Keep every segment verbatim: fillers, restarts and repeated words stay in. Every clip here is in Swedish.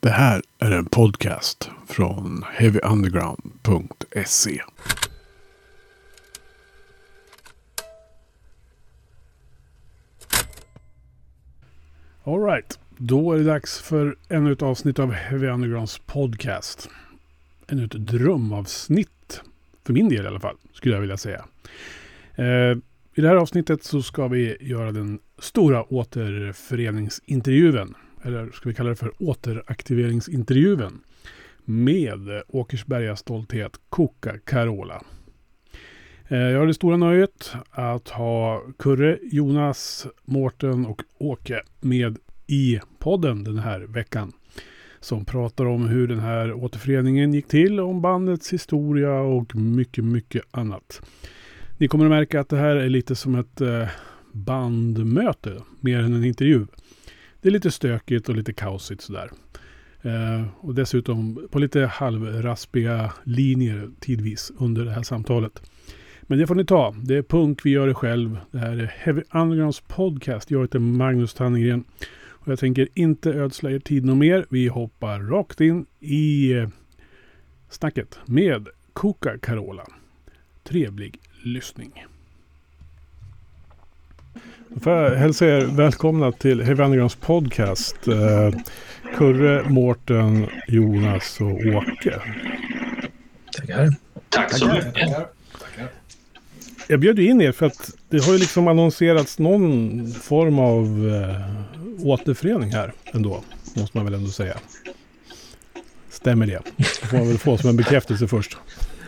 Det här är en podcast från heavy underground punkt se. All right, då är det dags för ännu ett avsnitt av Heavy Undergrounds podcast. Ännu ett drömavsnitt, för min del i alla fall, skulle jag vilja säga. Eh, I det här avsnittet så ska vi göra den stora återföreningsintervjun. Eller ska vi kalla det för återaktiveringsintervjun med Åkersberga stolthet Coca-Carola. Jag har det stora nöjet att ha Kurre, Jonas, Mårten och Åke med i podden den här veckan. Som pratar om hur den här återföreningen gick till, om bandets historia och mycket, mycket annat. Ni kommer att märka att det här är lite som ett bandmöte mer än en intervju. Det är lite stökigt och lite kaosigt sådär. Eh, och dessutom på lite halvraspiga linjer tidvis under det här samtalet. Men det får ni ta. Det är punk, vi gör det själv. Det här är Heavy Undergrounds podcast. Jag heter Magnus Tannegren. Och jag tänker inte ödsla er tid något mer. Vi hoppar rakt in i snacket med Coca-Carola. Trevlig lyssning. Då får jag hälsa er välkomna till Heavy Undergrounds podcast. Eh, Kurre, Mårten, Jonas och Åke. Tackar. Tack så mycket. Tackar. Jag bjöd in er för att det har ju liksom annonserats någon form av eh, återförening här ändå. Måste man väl ändå säga. Stämmer det? Det får man väl få som en bekräftelse först.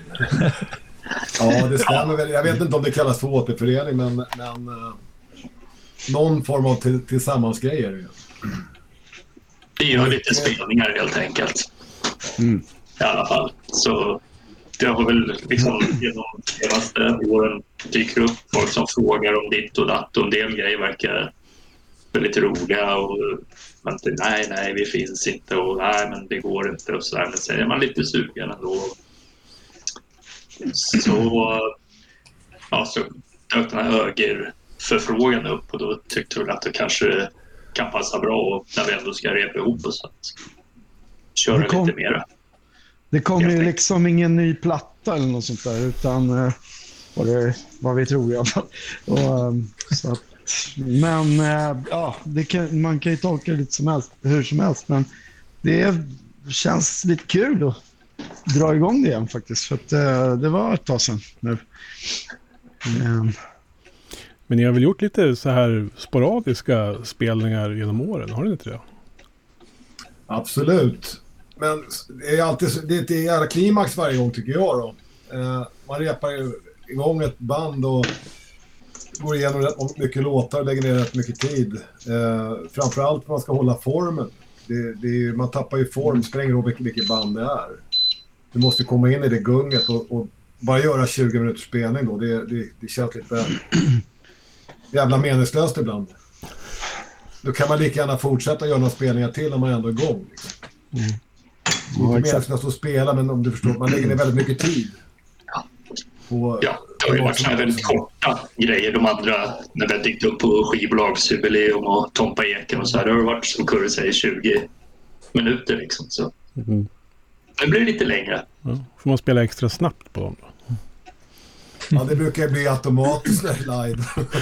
Ja, det stämmer väl. Jag vet inte om det kallas för återförening, men, men uh, någon form av till, tillsammansgrejer. Det gör lite spelningar helt enkelt. Mm. I alla fall. Så det har väl liksom genom de senaste åren dyker upp folk som frågar om ditt och datt. Och en del grejer verkar väldigt roliga. Och man säger nej, nej, vi finns inte. Och nej, men det går inte. Och så där. Men säger man lite sugen ändå. Så, ja, så dök den här högerförfrågan upp. Och då tyckte vi att det kanske kan passa bra. Och när vi ändå ska repa ihop oss att köra kom... lite mera. Det kommer ju liksom ingen ny platta eller något sånt där, utan uh, vad, det, vad vi tror i alla fall. Och, um, så att, men uh, ja, det kan, man kan ju tolka det lite som helst, hur som helst, men det känns lite kul att dra igång det igen faktiskt, för att uh, det var ett tag sedan nu. Um. Men ni har väl gjort lite så här sporadiska spelningar genom åren, har ni inte det? Absolut. Men det är alltid det är ett jävla klimax varje gång tycker jag då. Eh, man repar igång ett band och går igenom rätt mycket låtar och lägger ner rätt mycket tid. Eh, framförallt man ska hålla formen. Det, det är, man tappar ju form, spränger av vilket, vilket band det är. Du måste komma in i det gunget och, och bara göra tjugo minuters spelning då. Det, det, det känns lite jävla meningslöst ibland. Då kan man lika gärna fortsätta göra några spelningar till om man ändå är igång. Liksom. Mm. Det är inte meningslöst att spela, men om du förstår, man lägger ner väldigt mycket tid. Ja, på, ja det har ju varit sådana väldigt korta grejer. De andra, när vi har dykt upp på skivbolagsjubileum och Tompa Eken och så här, det har varit som Kurre säger tjugo minuter liksom. Så. Mm. Det blir lite längre. Ja, får man spela extra snabbt på dem då? Ja, det brukar bli automatiskt live.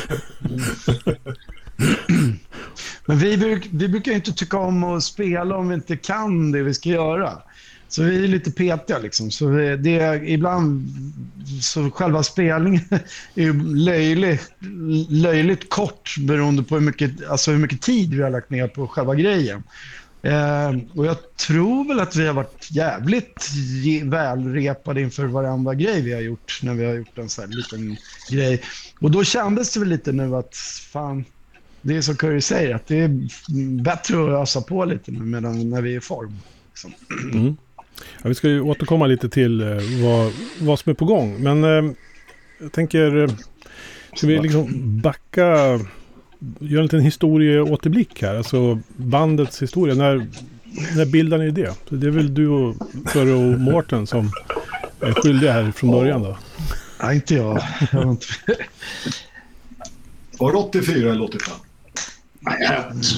Men vi, bruk, vi brukar inte tycka om att spela om vi inte kan det vi ska göra. Så vi är lite petiga liksom. Så vi, det är ibland så själva spelningen är löjlig, löjligt kort beroende på hur mycket, alltså hur mycket tid vi har lagt ner på själva grejen. Eh, och jag tror väl att vi har varit jävligt välrepade inför varandra grej vi har gjort när vi har gjort en sån här liten grej. Och då kändes det väl lite nu att fan, det är som Curry säger, att det är bättre att ösa på lite nu medan, när vi är i form. Liksom. Mm. Ja, vi ska ju återkomma lite till eh, vad, vad som är på gång. Men eh, jag tänker, eh, ska vi liksom backa, göra en liten historieåterblick här. Alltså bandets historia. När, när bildar ni det? Så det är väl du och Curry och Mårten som är skyldiga här från början då? Nej, inte jag. jag var inte... Var det åttiofyra eller åttiofem? Nej,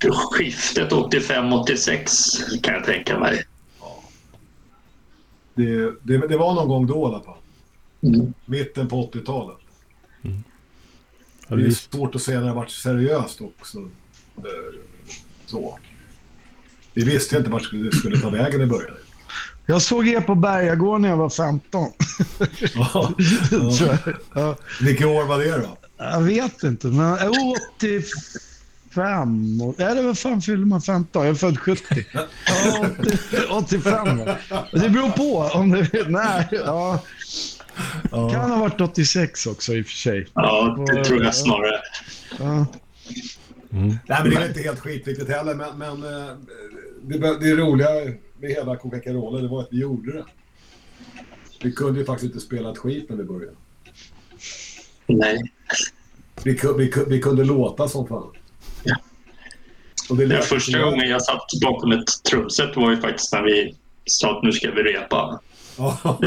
skiftet åttiofem åttiosex kan jag tänka mig. Ja. Det, det, det var någon gång då i alla fall. Mm. Mitten på åttiotalet. Mm. Ja, det är det... svårt att säga när det har varit seriöst också. Så. Vi visste inte vart det skulle ta vägen i början. Jag såg er på Bergagården när jag var femton. Ja, ja. Ja. Vilka år var det då? Jag vet inte, men åttiofem. Är det väl fan fyller man femton? Jag är född sjuttio. Ja, åttiofem. Det beror på om det... Nej, ja. Ja. Kan ha varit åttiosex också i och för sig. Ja, det tror jag snarare. Ja. Mm. Nej, men det är inte helt skitviktigt heller, men, men det, det roliga med hela Coca-Cola, det var att vi gjorde det. Vi kunde ju faktiskt inte spela ett skit när vi började. Nej. Vi, vi, vi kunde låta som fan. Ja. Och det Den första gången jag satt bakom ett trumset var ju faktiskt när vi sa att nu ska vi repa. Ja.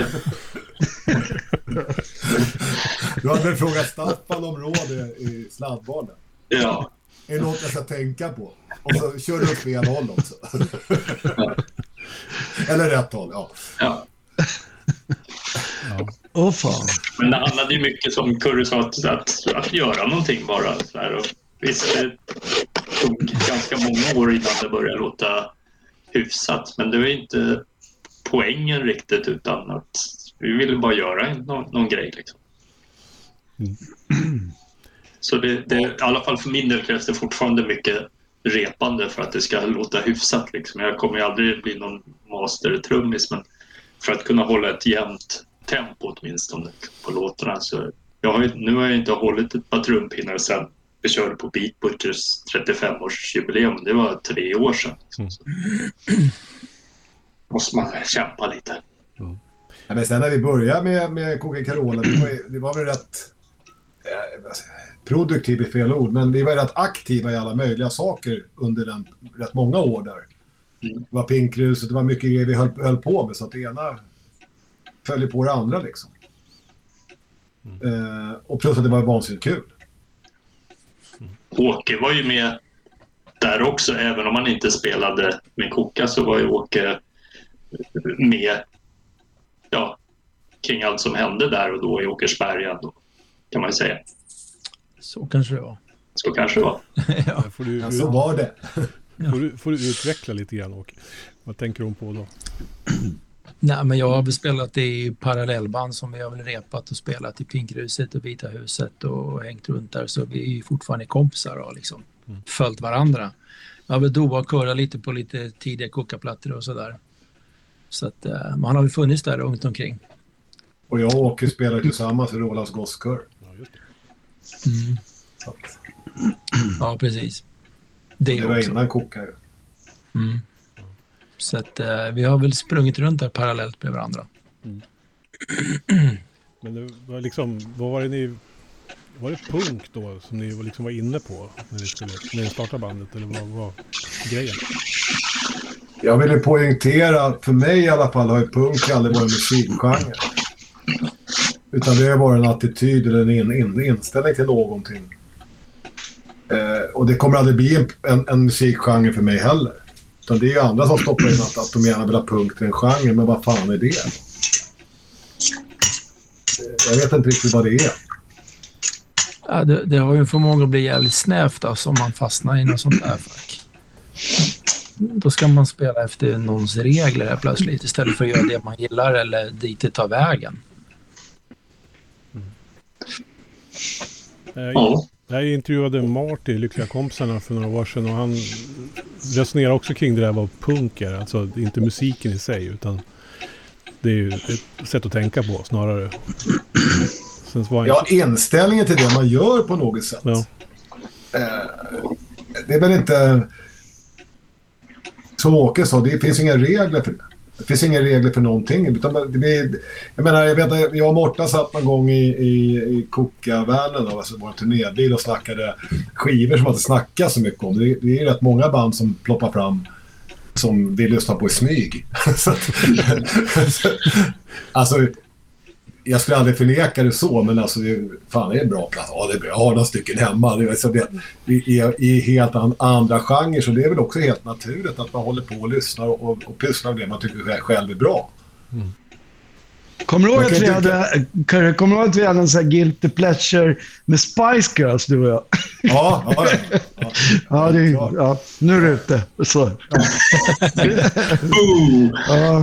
Du hade väl frågat Staffan om råd i sladdbarnen. Ja. Är det något jag ska tänka på? Och så kör du upp fel håll också. Ja. Eller rätt håll, ja. Ja. Ja. Åh fan. Men det handlade ju mycket, som Curry sa, att, att, att göra någonting bara. Så här. Och visst, det tog ganska många år innan det började låta hyfsat. Men det var inte poängen riktigt, utan att vi ville bara göra någon, någon grej. Liksom. Mm. Så det, det, i alla fall för min del krävs det fortfarande mycket repande för att det ska låta hyfsat. Liksom. Jag kommer ju aldrig bli någon master-trummis, men för att kunna hålla ett jämnt tempo åtminstone på låtarna. Så jag har ju, nu har jag inte hållit ett par trumpinnar sedan vi körde på Beat Butchers trettiofem-årsjubileum. Det var tre år sedan. Liksom. Så måste man kämpa lite. Mm. Ja, men sen när vi började med, med Coca-Cola, det var, det var väl rätt eh, produktiv i fel ord, men vi var rätt aktiva i alla möjliga saker under den, rätt många år där. Mm. Det var Pinkruset, det var mycket grejer vi höll, höll på med, så att det ena följer på det andra liksom. Mm. Eh, och plus att det var vansinnigt kul. Mm. Åke var ju med där också, även om man inte spelade med Koka, så var ju Åke med, ja, kring allt som hände där och då i Åkersberga, då, kan man ju säga. Så kanske det var. Så kanske det var. Ja. Får du, Ja, så var det. får, du, får du utveckla lite grann, Åke? Vad tänker hon på då? Nej, men jag har väl spelat i parallellband som vi har väl repat och spelat i Pinkruset och Vita huset och hängt runt där, så vi är ju fortfarande kompisar och liksom mm. följt varandra. Jag har väl doat och körat lite på lite tidiga kokaplattor och sådär. Så att uh, man har väl funnits där runt omkring. Och jag och Åke spelade tillsammans i Rolands Gosskör. Ja, just det. Mm. Ja, precis. Det, det var också. innan Koka ju. Mm. Så att uh, vi har väl sprungit runt där parallellt med varandra. Mm. Men det var liksom, vad var det ni, var det punk då som ni liksom var inne på när ni, skulle, när ni startade bandet, eller vad var grejen? Jag ville poängtera, för mig i alla fall har ju punk aldrig varit musikgenre. Utan det har varit en attityd eller en in, in, inställning till någonting. Eh, och det kommer aldrig bli en, en, en musikgenre för mig heller. Utan det är ju andra som stoppar in att, att de gärna vill ha punk till en genre, men vad fan är det? Eh, jag vet inte riktigt vad det är. Ja, det, det har ju för många att bli jävligt snävt alltså, om man fastnar i något sånt där fack. Då ska man spela efter någons regler här plötsligt istället för att göra det man gillar eller dit det tar vägen. Mm. Jag, jag intervjuade Martin, Lyckliga kompisarna, för några år sedan, och han resonerar också kring det där vad punk är. Alltså inte musiken i sig, utan det är ju ett sätt att tänka på snarare. Sen var ja, inställningen till det man gör på något sätt. Ja. Eh, det är väl inte... Som Åke sa, det finns inga regler för det. Det finns inga regler för någonting. Utan det blir, jag menar, jag vet att jag och Morta satt någon gång i, i, i Koka-världen, alltså vår turnébil, och snackade skivor som man inte snackar så mycket om. Det, det är rätt många band som ploppar fram som vill lyssna på i smyg. Så att, alltså, jag skulle aldrig förneka det så, men alltså, det, fan, det är en bra plats. Ja, det är bra. Jag har några stycken hemma. Det är, så det, det är i helt an, andra genrer, så det är väl också helt naturligt att man håller på och lyssnar och, och, och pysslar med det man tycker själv är bra. Mm. Kommer du ihåg att vi hade, kommer du ihåg att vi hade en sån här guilty pleasure med Spice Girls, du och jag? Ja, ja, ja. ja. ja, det, ja nu är det ute. Så. Ja. ja.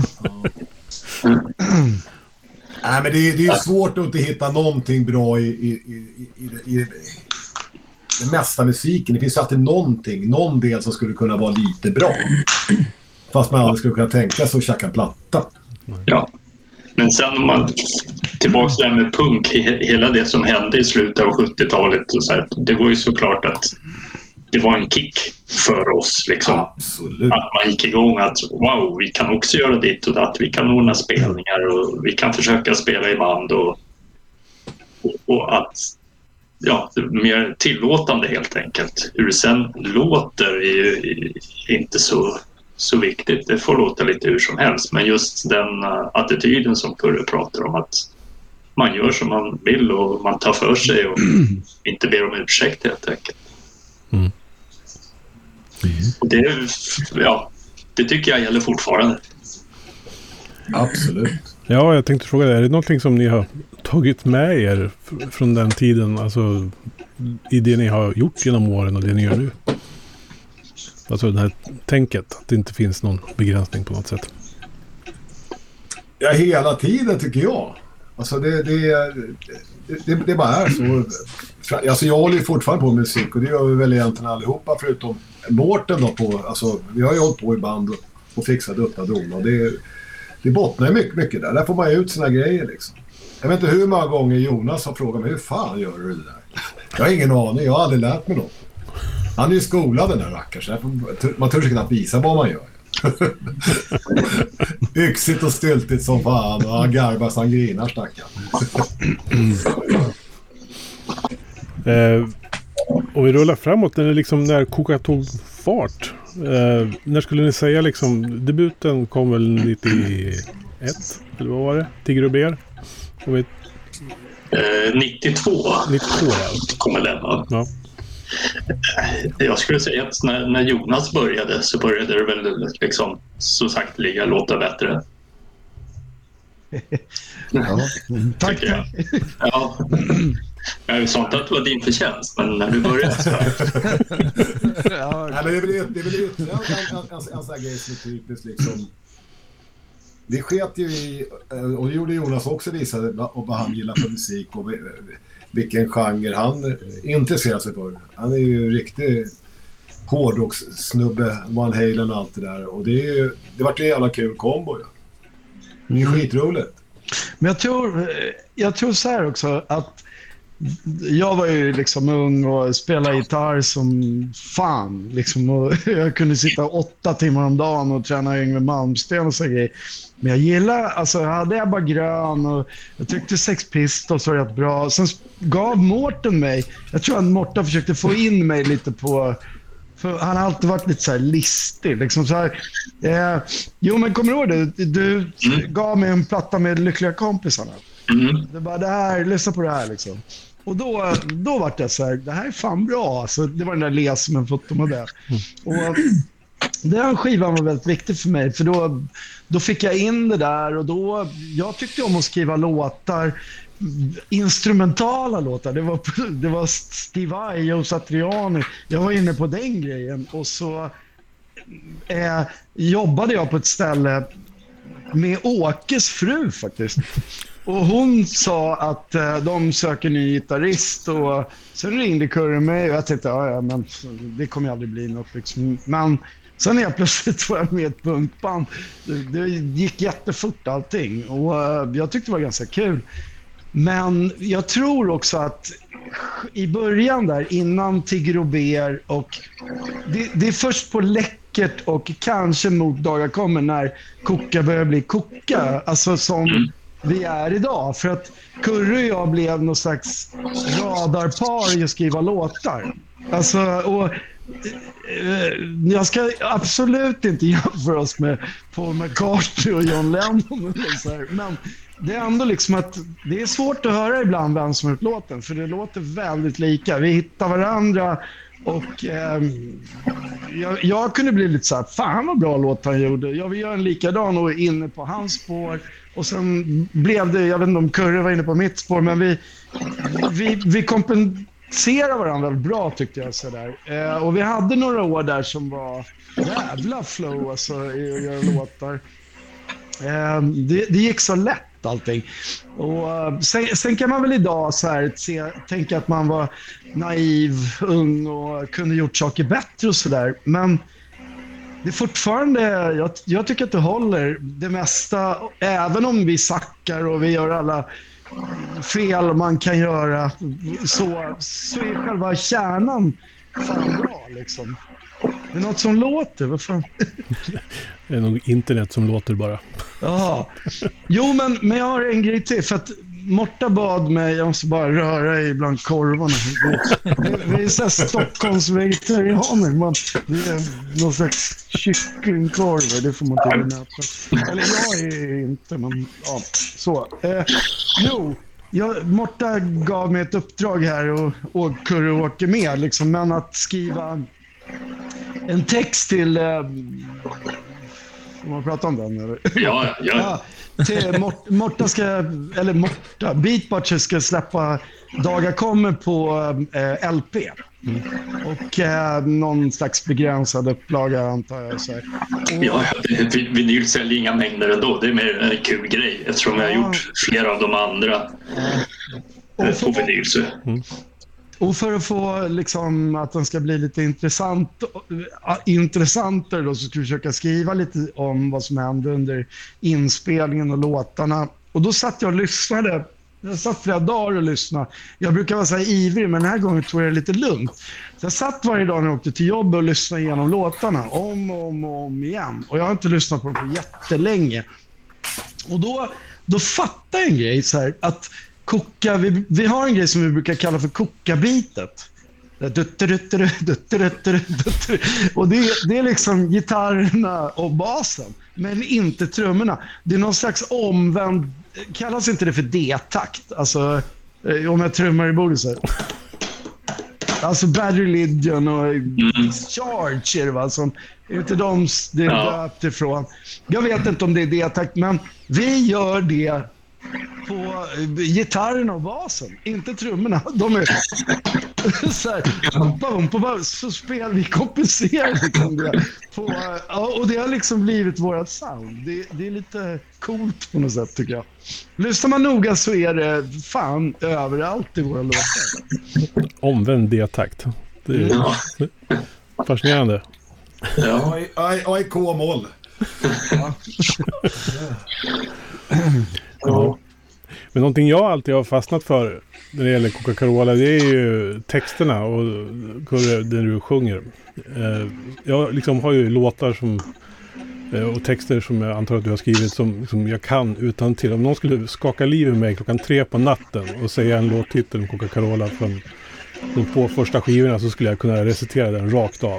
Nej, men det är, det är svårt att inte hitta någonting bra i, i, i, i, i, i den mesta musiken. Det finns alltid någonting, någon del som skulle kunna vara lite bra. Fast man aldrig skulle kunna tänka sig att tjacka en platta. Ja. Men sen om man tillbaka till det här med punk, hela det som hände i slutet av sjuttiotalet, och så här, det var ju såklart att det var en kick för oss. Liksom. Absolut. Att man gick igång att wow, vi kan också göra ditt och datt. Vi kan ordna spelningar och vi kan försöka spela i band. Och, och, och att, ja, mer tillåtande helt enkelt. Hur det sen låter är ju inte så... så viktigt. Det får låta lite hur som helst. Men just den uh, attityden som Kurre pratar om, att man gör som man vill och man tar för sig och inte ber om ursäkt helt enkelt. Mm. Mm. Det, ja, det tycker jag gäller fortfarande. Absolut. Ja, jag tänkte fråga dig, är det någonting som ni har tagit med er f- från den tiden, alltså i det ni har gjort genom åren och det ni gör nu? Alltså det här tänket, att det inte finns någon begränsning på något sätt. Ja, hela tiden tycker jag. Alltså det, det, det, det bara är så. Alltså jag håller ju fortfarande på med musik och det gör vi väl egentligen allihopa förutom Mårten då på. Alltså vi har ju hållit på i band och, och fixat upp och dona. Det, det bottnar ju mycket, mycket där. Där får man ju ut sina grejer liksom. Jag vet inte hur många gånger Jonas har frågat mig, hur fan gör du det där? Jag har ingen aning, jag har aldrig lärt mig något. Han är ju skolad den där rackars. Man törs knappt visa vad man gör. Yxigt och styltigt som fan. Och han garbas, han grinar stackaren. eh, om vi rullar framåt, när, det liksom, när Koka tog fart. Eh, när skulle ni säga liksom, debuten kom väl nittioett? Eller vad var det? Tigger och ber? Vi... Eh, nittiotvå. nittiotvå, ja. Kommer den, va? Ja. Jag skulle säga att när, när Jonas började så började det väl liksom så sagt ligga låta bättre. Ja, tack. Jag. Ja. Jag sa inte att det var din förtjänst, men när du började så här. Ja, nej, men det är väl det är väl en, en, en, en sån här grej som är typiskt liksom. Det sket ju i, och det gjorde Jonas också, visade vad han gillar för musik och vilken genre han intresserar sig för. Han är ju riktig hårdrockssnubbe, Van Halen och allt det där. Och det, är ju, det vart en jävla kul kombo. Ja. Det är skitroligt. Men jag tror, jag tror så här också att jag var ju liksom ung och spelade gitarr som fan. Liksom, och jag kunde sitta åtta timmar om dagen och träna Yngve Malmsteen och så grejer. Men jag gillar, alltså hade jag bara grön och jag tyckte Sex Pistols var rätt bra. Sen gav Mårten mig, jag tror att Mårten försökte få in mig lite på, för han har alltid varit lite så här listig. Liksom så här, eh, jo men kommer du ihåg det? Du mm. gav mig en platta med Lyckliga kompisarna. Mm. Det bara, det här, lyssna på det här liksom. Och då, då var det så här, det här är fan bra. Alltså, det var den där les med fotomodell. Mm. Och den skivan var väldigt viktig för mig, för då, då fick jag in det där och då, jag tyckte om att skriva låtar, instrumentala låtar. Det var, det var Steve Vai, Joe Satriani. Jag var inne på den grejen och så eh, jobbade jag på ett ställe med Åkes fru faktiskt. Och hon sa att eh, de söker ny gitarrist och sen ringde Kurre mig och jag tänkte, ja, ja men det kommer aldrig bli något liksom. Men sen jag plötsligt var jag med ett punkband. Det, det gick jättefort allting och uh, jag tyckte det var ganska kul. Men jag tror också att i början där, innan Tigger och ber och det, det är först på Läckert och kanske Mot dagar kommer när Koka börjar bli Koka. Alltså som vi är idag. För att Kurre och jag blev någon slags radarpar i att skriva låtar. Alltså, och Jag ska absolut inte jämföra oss med Paul McCartney och John Lennon. Och så här. Men det är ändå liksom att det är svårt att höra ibland vem som har gjort låten. För det låter väldigt lika. Vi hittar varandra. Och eh, jag, jag kunde bli lite så här, fan vad bra låt han gjorde. Jag vill göra en likadan och är inne på hans spår. Och sen blev det, jag vet inte om Kurre var inne på mitt spår, men vi, vi, vi kompenserar varandra bra tyckte jag. Så där. Eh, och vi hade några år där som var jävla flow alltså, i att göra låtar. Eh, det, det gick så lätt allting. Och sen, sen kan man väl idag så här se, tänka att man var naiv, ung och kunde gjort saker bättre och sådär. Men det är fortfarande, jag, jag tycker att det håller det mesta, även om vi sackar och vi gör alla fel man kan göra, så, så är själva kärnan fan bra liksom. Det är något som låter, vad fan? Det är nog internet som låter bara. Ja. Jo, men, men jag har en grej till. För att Morta bad mig, jag måste bara röra i bland korvarna. Det är så här Stockholms vegetarianer. Man, det är någon slags kycklingkorvar, det får man inte mäta. Eller jag är inte, men ja, så. Eh, jo, jag, Morta gav mig ett uppdrag här och, och Kurre åker med, liksom, men att skriva en text till... Eh, Får man prata om den? Eller? Ja, ja. ja till Mort, Morta ska... Eller Morta. Beatbutcher ska släppa Dagar kommer på eh, L P. Mm. Och eh, någon slags begränsad upplaga, antar jag. Så här. Och, ja, vinyl säljer inga mängder ändå. Det är mer en kul grej. Eftersom jag har gjort flera av de andra ja. på vinyl. Så. Mm. Och för att få liksom, att den ska bli lite intressant, äh, intressantare då, så ska vi försöka skriva lite om vad som hände under inspelningen och låtarna. Och då satt jag och lyssnade. Jag satt flera dagar och lyssnade. Jag brukar vara så här ivrig, men den här gången tog jag det lite lugnt. Så jag satt varje dag när jag åkte till jobbet och lyssnade igenom låtarna om och om och om igen. Och jag har inte lyssnat på dem på jättelänge. Och då, då fattade jag en grej så här, att koka, vi, vi har en grej som vi brukar kalla för kokabitet. Och det, det är liksom gitarrerna och basen, men inte trummorna. Det är någon slags omvänd, kallas inte det för D-takt? Alltså, om jag trummar i bordet så här. Alltså Bad Religion och Charge är det, va? Som, är inte de det är döpt ifrån. Jag vet inte om det är D-takt, men vi gör det på gitarren och basen, inte trummorna. De är så här, bum, bum, så spelar vi kompenserar på, och det har liksom blivit vårat sound. Det, det är lite coolt på något sätt, tycker jag. Lyssnar man noga så är det fan överallt i våra låtar. Omvänd D-takt. Det är ja. fascinerande. Ja. A I K-mål. Ja. Ja. Men någonting jag alltid har fastnat för när det gäller Coca-Cola, det är ju texterna och Kurre, det du sjunger. Jag liksom har ju låtar som, och texter som jag antar att du har skrivit som, som jag kan utan till. Om någon skulle skaka liv i mig klockan tre på natten och säga en låttitel om Coca-Cola från de två första skivorna, så skulle jag kunna recitera den rakt av.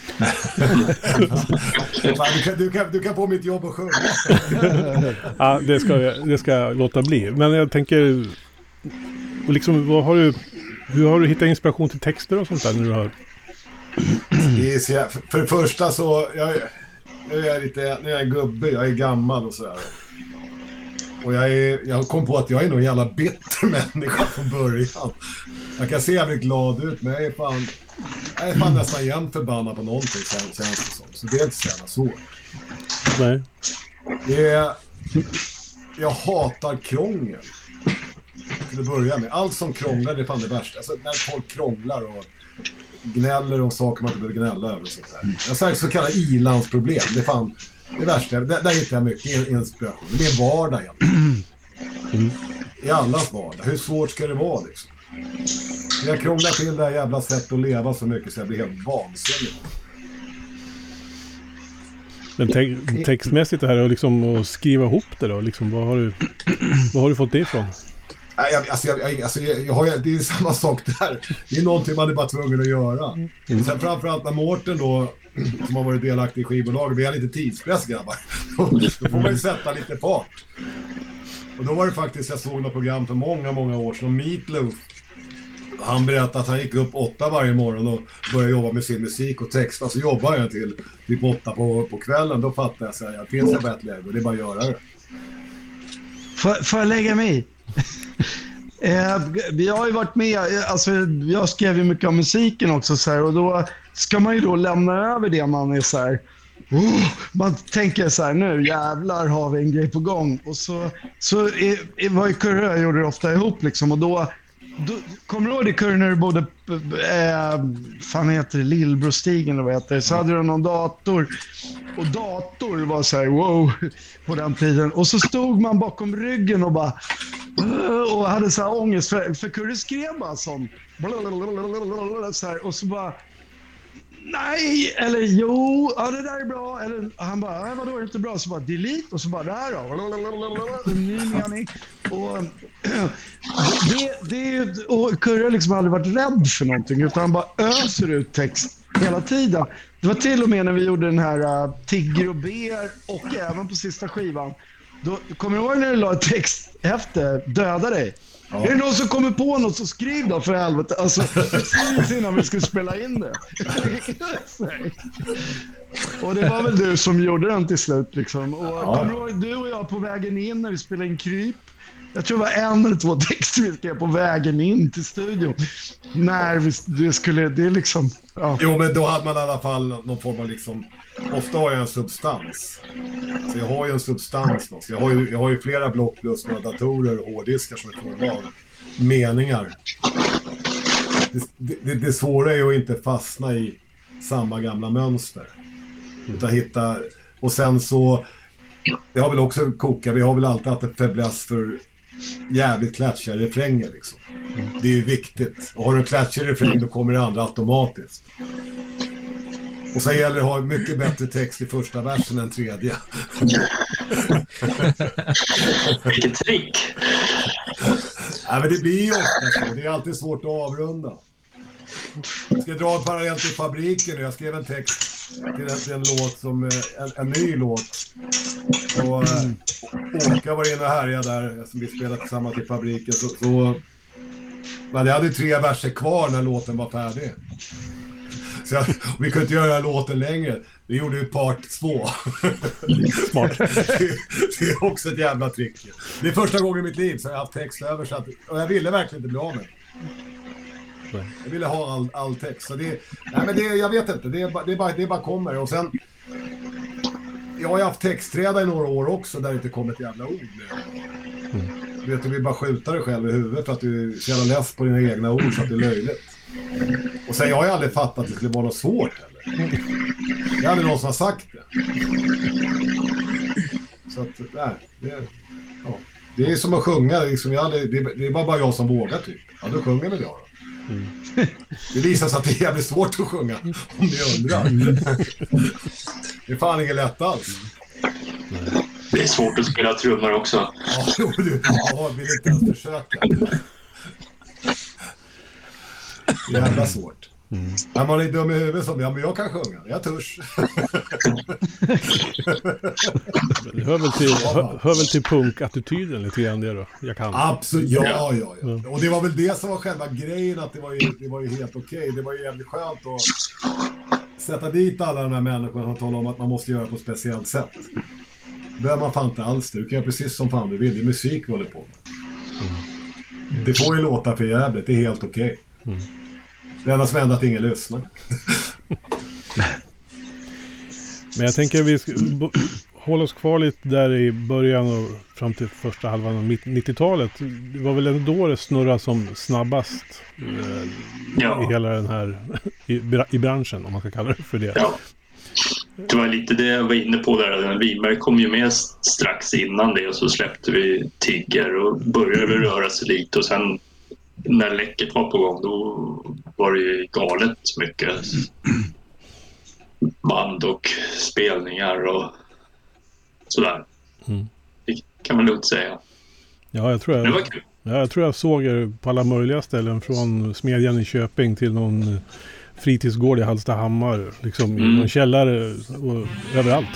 du, kan, du, kan, du kan få mitt jobb och sjunga. Ja, det ska, det ska jag låta bli. Men jag tänker, och liksom, vad har du, hur har du hittat inspiration till texter och sånt där när du har... För det första så, jag, jag är lite, när jag är gubbe, jag är gammal och sådär. Och jag, är, jag kom på att jag är nog en jävla bitter människa från början. Jag kan se jävligt glad ut, men jag är fan, jag är fan nästan jämt förbannad på någonting, känns det som. Så det är inte så jävla svårt. Nej. Det är, jag hatar krångel. Till att börja med. Allt som krånglar, det är fan det värsta. Alltså när folk krånglar och gnäller om saker man inte behöver gnälla över och sånt där. Jag säger så kallade ilandsproblem. Det är fan det värsta. Där, där hittar jag mycket inspiration. Det är vardag egentligen. Mm. I allas vardag. Hur svårt ska det vara liksom? Jag krånglar till det här jävla sätt att leva så mycket så jag blir helt vansinnig. Men te- textmässigt det här och liksom att skriva ihop det då, liksom, vad har du vad har du fått det ifrån? Jag, alltså, jag, alltså, jag, jag har, det är samma sak där. Det är någonting man är bara tvungen att göra. Mm. Sen framförallt när Mårten då, som har varit delaktig i skivbolaget, vi har lite tidspress, grabbar. Då får man ju sätta lite fart. Och då var det faktiskt, jag såg något program för många, många år sedan, Meatloaf. Han berättade att han gick upp åtta varje morgon och började jobba med sin musik och text. Och så jobbar jag till typ åtta på, på kvällen. Då fattar jag sig att det finns ett bättre läge och det är bara att göra det. Får, får jag lägga mig i? eh, vi har ju varit med, alltså jag skrev ju mycket om musiken också så här, och då ska man ju då lämna över det man är så här. Oh, man tänker så här, nu jävlar har vi en grej på gång. Och så, så är, var ju Kurre jag gjorde det ofta ihop liksom, och då Då, kommer du ihåg det, Kurre, när du bodde eh, fan heter det, Lillbrostigen eller vad heter det, så hade du någon dator och dator var så här wow på den tiden, och så stod man bakom ryggen och bara och hade så här ångest för, för Kurre skrev bara sån så här, och så bara nej, eller jo, ja det där är bra, eller han bara, nej vadå är det inte bra, så bara delete och så bara där då, ny mening, och det, det, och Kurre har liksom aldrig varit rädd för någonting, utan han bara öser ut text hela tiden. Det var till och med när vi gjorde den här uh, Tigger och Ber och även på sista skivan, då kommer jag ihåg när du la text efter Döda dig. Ja. Är det någon som kommer på något så skriv då för helvete. Alltså, precis innan vi skulle spela in det. Och det var väl du som gjorde den till slut liksom. Och ja. Kommer du ihåg, du och jag på vägen in när vi spelade in Kryp. Jag tror det var en eller två texter vi skrev på vägen in till studion. När vi det skulle, det liksom... Ja. Jo, men då hade man i alla fall någon form av liksom... Ofta har jag en substans. Så jag har ju en substans. Så jag, har ju, jag har ju flera block plus några datorer och hårddiskar som är form av meningar. Det, det, det svåra är ju att inte fastna i samma gamla mönster. Utan hitta... Och sen så... Det har väl också kokat. Vi har väl alltid haft en fäbless för jävligt klatschiga refränger liksom. Det är ju viktigt. Och har du en klatschig refräng då kommer det andra automatiskt. Och sen gäller det att ha mycket bättre text i första versen än tredje. Vilket trick! Nej, men det blir ju ofta så. Det är alltid svårt att avrunda. Jag ska dra en parallell till Fabriken. Jag skrev en text till en, till en låt som en, en ny låt. Och Åka var inne och härjade där som vi spelade tillsammans i Fabriken. Så, så, men jag hade tre verser kvar när låten var färdig. Så jag, vi kunde inte göra den här låten längre. Vi gjorde ju part två. Smart. det, det är också ett jävla trick. Det är första gången i mitt liv så jag har haft text översatt. Och jag ville verkligen inte bli av med. Jag ville ha all, all text. Så det, nej men det, jag vet inte. Det, är, det, är bara, det bara kommer. Och sen... Jag har ju haft textträda i några år också där det inte kommer ett jävla ord med. Mm. Du vet, du vill bara skjuta dig själv i huvudet för att du är så jävla less på dina egna ord så att det är löjligt. Och sen jag har ju aldrig fattat att det skulle vara något svårt heller. Det är aldrig någon som har sagt det. Så att, nej, det, ja. Det är som att sjunga. Liksom, jag aldrig, det, det är bara, bara jag som vågar typ. Ja, då sjunger väl jag då. Mm. Det visar sig att det är jävligt svårt att sjunga om ni undrar. Det är fan inget lätt alls. Det är svårt att spela trummor också. Ja, jo, du ja, vill inte ens försöka. Det är jävla svårt. Mm. När man är dum i huvudet som ja, men jag kan sjunga. Jag törs. Det hör väl till, hör, hör väl till punkattityden lite grann det då. Jag kan. Absolut, ja, ja, ja, ja. Och det var väl det som var själva grejen, att det var ju, det var ju helt okej. Okay. Det var ju jävligt skönt att sätta dit alla de här människorna och tala om att man måste göra på ett speciellt sätt. Det behöver man fan inte alls det. Du kan göra precis som fan du vill. Det är musik vi håller på med. Mm. Det får ju låta för jävligt. Det är helt okej. Okay. Mm. Det enda som händer att ingen lyssnar. Men jag tänker att vi ska b- hålla oss kvar lite där i början och fram till första halvan av nittiotalet. Det var väl ändå då det snurrade som snabbast eh, ja. i hela den här i, i branschen, om man ska kalla det för det. Ja. Det var lite det jag var inne på där. Wiberg kom ju med strax innan det och så släppte vi Tigger och började röra sig lite och sen när läcket var på gång då var det ju galet mycket band och spelningar och sådär. Mm. Det kan man lugnt säga. Ja, jag tror jag... Det var kul. Ja, jag tror jag såg er på alla möjliga ställen, från Smedjan i Köping till någon fritidsgård i Hallstahammar, liksom mm. i någon källare och överallt.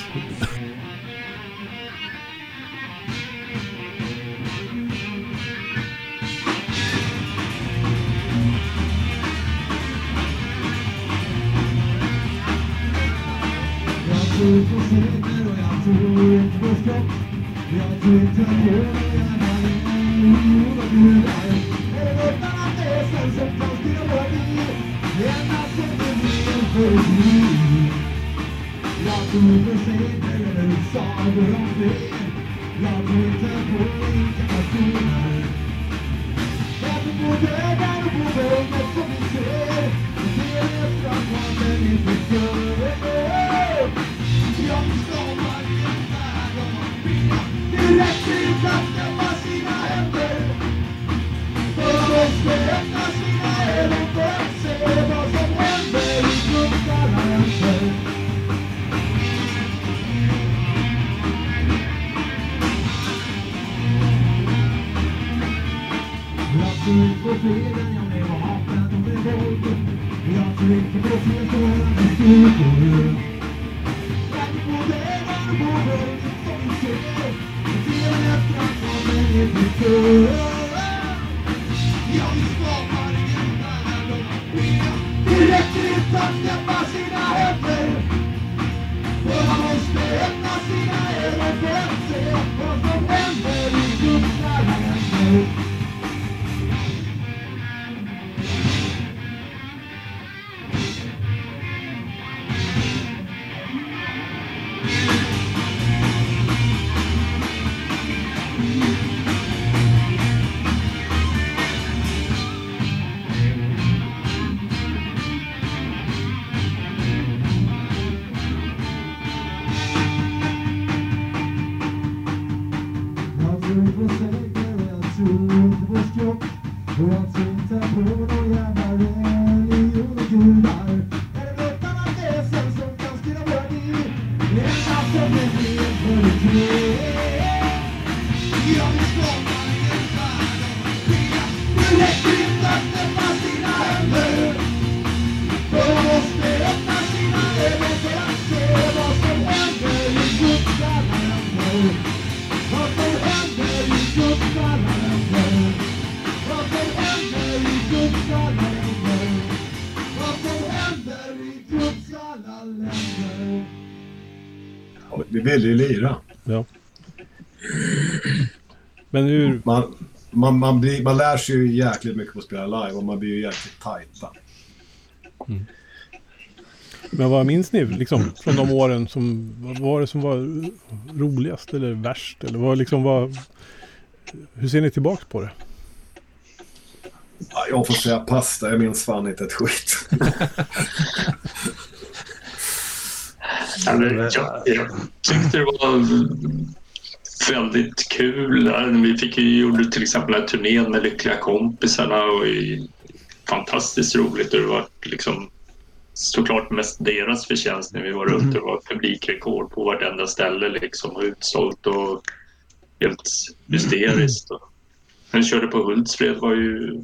Vi vill ju lira. Ja. Men hur... Man, man, man, blir, man lär sig ju jäkligt mycket på att spela live och man blir ju jäkligt tajta. Mm. Men vad minns ni liksom från de åren? Som, vad var det som var roligast eller värst? Eller vad liksom var, hur ser ni tillbaka på det? Ja, jag får säga pasta, jag minns fan inte ett skit. Ja, men jag, jag tyckte det var väldigt kul. Vi fick ju gjorde till exempel en turné med Lyckliga kompisarna och fantastiskt roligt. Och det var liksom såklart mest deras förtjänst när vi var runt. Det var publikrekord på vartenda ställe liksom, utsålt och helt hysteriskt. När vi körde på Hultsfred var ju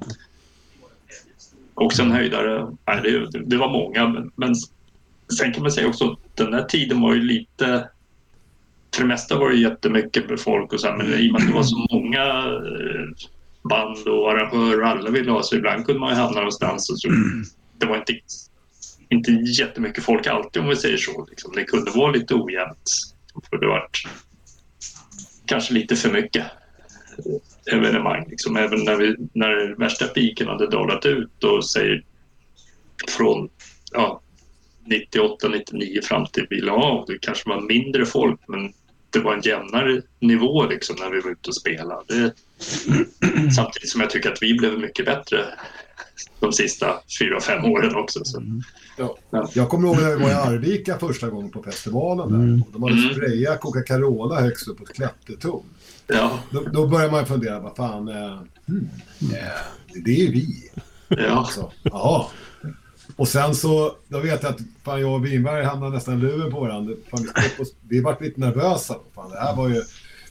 också en höjdare. Nej, det, det var många, men, men sen kan man säga också att den här tiden var ju lite, för det mesta var det jättemycket med folk och så här, men i och med att det var så många band och arrangörer och alla ville ha, så ibland kunde man ju hamna någonstans och så, det var inte, inte jättemycket folk alltid, om vi säger så liksom. Det kunde vara lite ojämnt, för det var kanske lite för mycket evenemang liksom. Även när, vi, när värsta piken hade dalat ut och säger från ja, nittioåtta nittionio fram till vi la av, det kanske var mindre folk, men det var en jämnare nivå liksom när vi var ute och spelade. Det, samtidigt som jag tycker att vi blev mycket bättre de sista fyra, fem åren också. Så. Ja. Ja. Jag kommer ihåg när vi var i Arvika första gången på festivalen där. Mm. De hade sprayat Coca-Cola högst upp på ett klättertorn. Ja. Då, då börjar man fundera, vad fan, eh, hmm, yeah, det är vi. Ja. Så, ja. Och sen så, då vet jag att fan, jag och Winberg hamnade nästan luven på varandra. Fan, vi, vi var lite nervösa. Fan, det här var ju,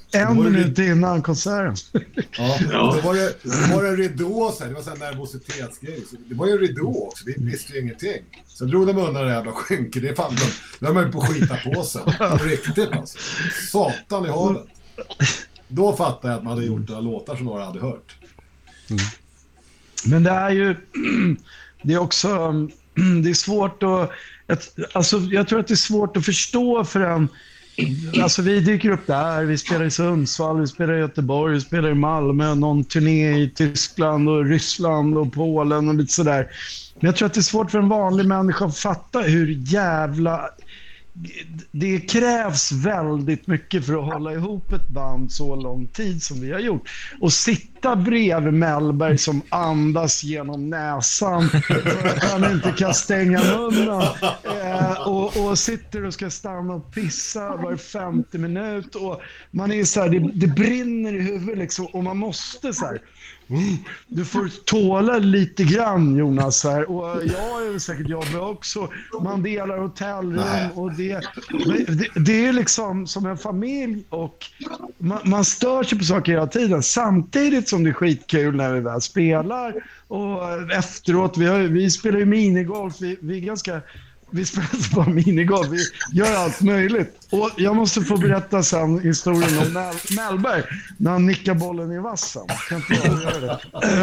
En minut innan konserten. Ja, ja. Då var det, då var det ridå, så här. Det var så här nervositetsgrej. Så det var ju ridå också, vi visste ju ingenting. Så drog de undan det jävla skynke. Det är fan, de höll på att skita på sig. Riktigt alltså. Satan i havet. Då fattade jag att man hade gjort några låtar som några hade hört. Mm. Men det är ju... Det är också... Det är svårt att... Alltså, jag tror att det är svårt att förstå för en... Alltså vi dyker upp där, vi spelar i Sundsvall, vi spelar i Göteborg, vi spelar i Malmö, någon turné i Tyskland och Ryssland och Polen och lite sådär. Men jag tror att det är svårt för en vanlig människa att fatta hur jävla... Det krävs väldigt mycket för att hålla ihop ett band så lång tid som vi har gjort. Och sitta bredvid Mellberg som andas genom näsan för att han inte kan stänga munnen. Eh, och, och sitter och ska stanna och pissa var femtio minut. Och man är så här, det, det brinner i huvudet liksom, och man måste så här... Du får tåla lite grann, Jonas här. Och jag är säkert jobbig också. Man delar hotellrum och det, det, det är liksom som en familj. Och man, man stör sig på saker hela tiden. Samtidigt som det är skitkul när vi väl spelar. Och efteråt, vi, har, vi spelar ju minigolf. Vi, vi är ganska... Vi spelar inte bara minigolf, vi gör allt möjligt. Och jag måste få berätta sen historien om Mel- Mellberg när han nickar bollen i vassen. Kan inte jag göra det?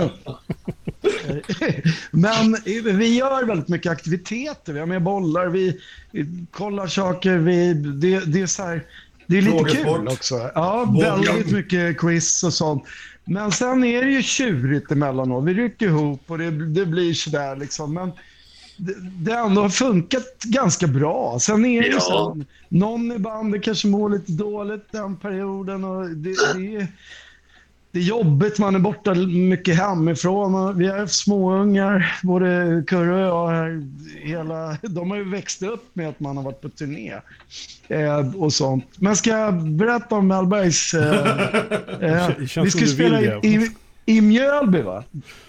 Men vi gör väldigt mycket aktiviteter. Vi har med bollar, vi, vi kollar saker. Vi, det, det är så här, det är lite kul också. Ja, väldigt mycket quiz och sånt. Men sen är det ju tjurigt emellanåt. Vi rycker ihop och det, det blir sådär liksom. Men det, det ändå har funkat ganska bra. Sen är det ju ja. så, någon i bandet kanske mår lite dåligt den perioden. Och det, det, är, det är jobbigt, man är borta mycket hemifrån. Vi har småungar, både Kurre och jag här, hela, de har ju växt upp med att man har varit på turné eh, och sånt. Men ska jag berätta om Mellbergs... Eh, eh, vi ska spela i, i, i Mjölby, va?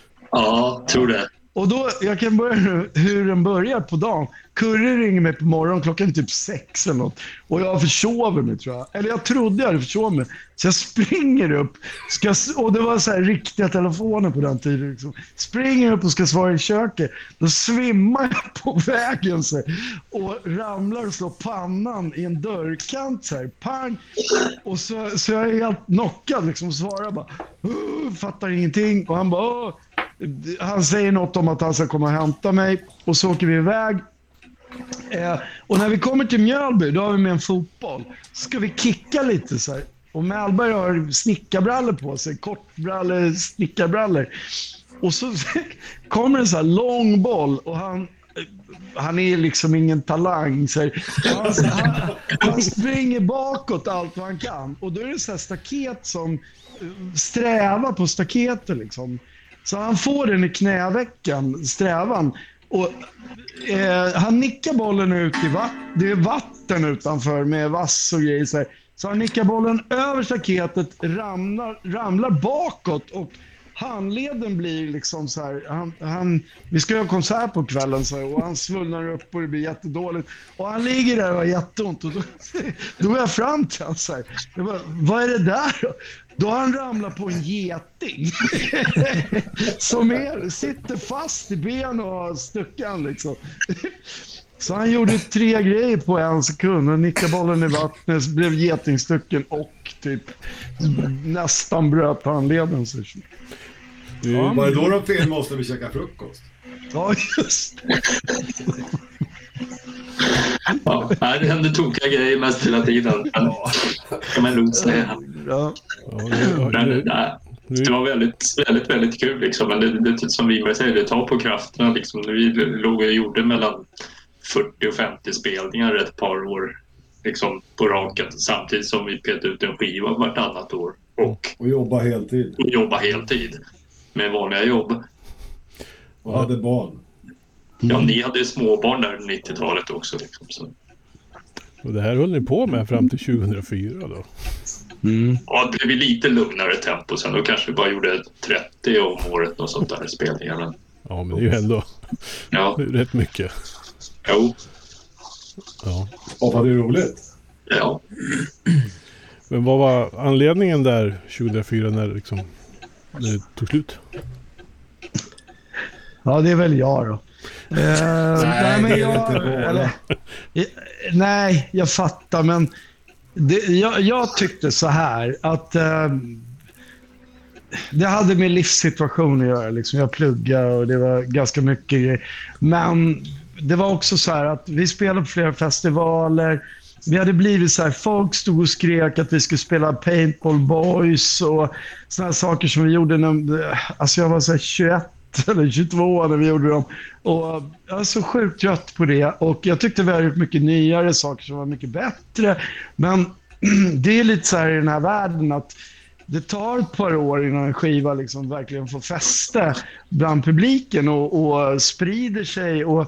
Ja, tror det. Och då, jag kan börja hur den börjar på dagen. Kurre ringer mig på morgonen klockan typ sex eller något. Och jag försover mig, tror jag. Eller jag trodde jag hade försovit mig. Så jag springer upp. Ska, och det var så här riktiga telefoner på den tiden. Liksom. Springer upp och ska svara i köket. Då svimmar jag på vägen så här, och ramlar och slår pannan i en dörrkant. Så här, pang. Och så, så jag är helt knockad liksom, och svarar bara. Fattar ingenting. Och han bara... Åh. Han säger något om att han ska komma och hämta mig. Och så åker vi iväg. Eh, och när vi kommer till Mjölby, då har vi med en fotboll. Så ska vi kicka lite så här. Och Mellberg har snickarbrallor på sig. Kortbrallor, snickarbrallor. Och så kommer en så här lång boll. Och han, han är liksom ingen talang. Så här. Han, han, han springer bakåt allt vad han kan. Och då är det så här staket som strävar på staketet liksom. Så han får den i knävecken, strävan. Och eh, han nickar bollen ut i vatten. Det är vatten utanför med vass och grejer. Så, så han nickar bollen över staketet, ramlar, ramlar bakåt. Och handleden blir liksom så här. Han, han, vi ska ha konsert på kvällen så här, och han svullnar upp och det blir jättedåligt. Och han ligger där och har jätteont. Och då, då går jag fram till honom så här. Jag bara, vad är det där då? Då har han ramlat på en geting som är, sitter fast i ben och stuckan liksom. Så han gjorde tre grejer på en sekund och nickade bollen i vattnet, blev getingstucken och typ nästan bröt handleden. Så. Ja, var det då de fel måste vi käka frukost? Ja, just Ja, det hände tokiga grejer mest hela tiden. Ja. Kan man lugnt säga. Ja. Men nej, det var väldigt, väldigt, väldigt kul. Liksom. Men det, det, som vi säger, det tar på krafterna. Liksom. Vi låg och gjorde mellan fyrtio och femtio spelningar ett par år liksom, på raken. Samtidigt som vi petade ut en skiva vartannat år. Och, och jobba heltid. Och jobba heltid. Med vanliga jobb. Och hade barn. Ja, ni hade småbarn där nittiotalet också. Liksom, så. Och det här höll ni på med fram till tjugohundrafyra då? Mm. Ja, det blev lite lugnare tempo sen. Då kanske vi bara gjorde trettio om året och sånt där spelningar. Men... Ja, men det är ju ändå ja. rätt mycket. Jo. Ja. Och vad det är roligt. Ja. Men vad var anledningen där tjugohundrafyra när, liksom, när det tog slut? Ja, det är väl jag då. Uh, nej, nej, men jag, eller, nej, jag fattar, men det, jag, jag tyckte så här att uh, det hade med livssituation att göra. Liksom. Jag pluggade och det var ganska mycket grejer. Men det var också så här att vi spelade på flera festivaler. Vi hade blivit så här, folk stod och skrek att vi skulle spela Paintball Boys och såna saker som vi gjorde när, alltså jag var så här tjugoett eller tjugotvå när vi gjorde dem. Och jag var så sjukt trött på det. Och jag tyckte vi hade gjort mycket nyare saker som var mycket bättre. Men det är lite så här i den här världen att det tar ett par år innan en skiva liksom verkligen får fäste bland publiken och, och sprider sig. Och,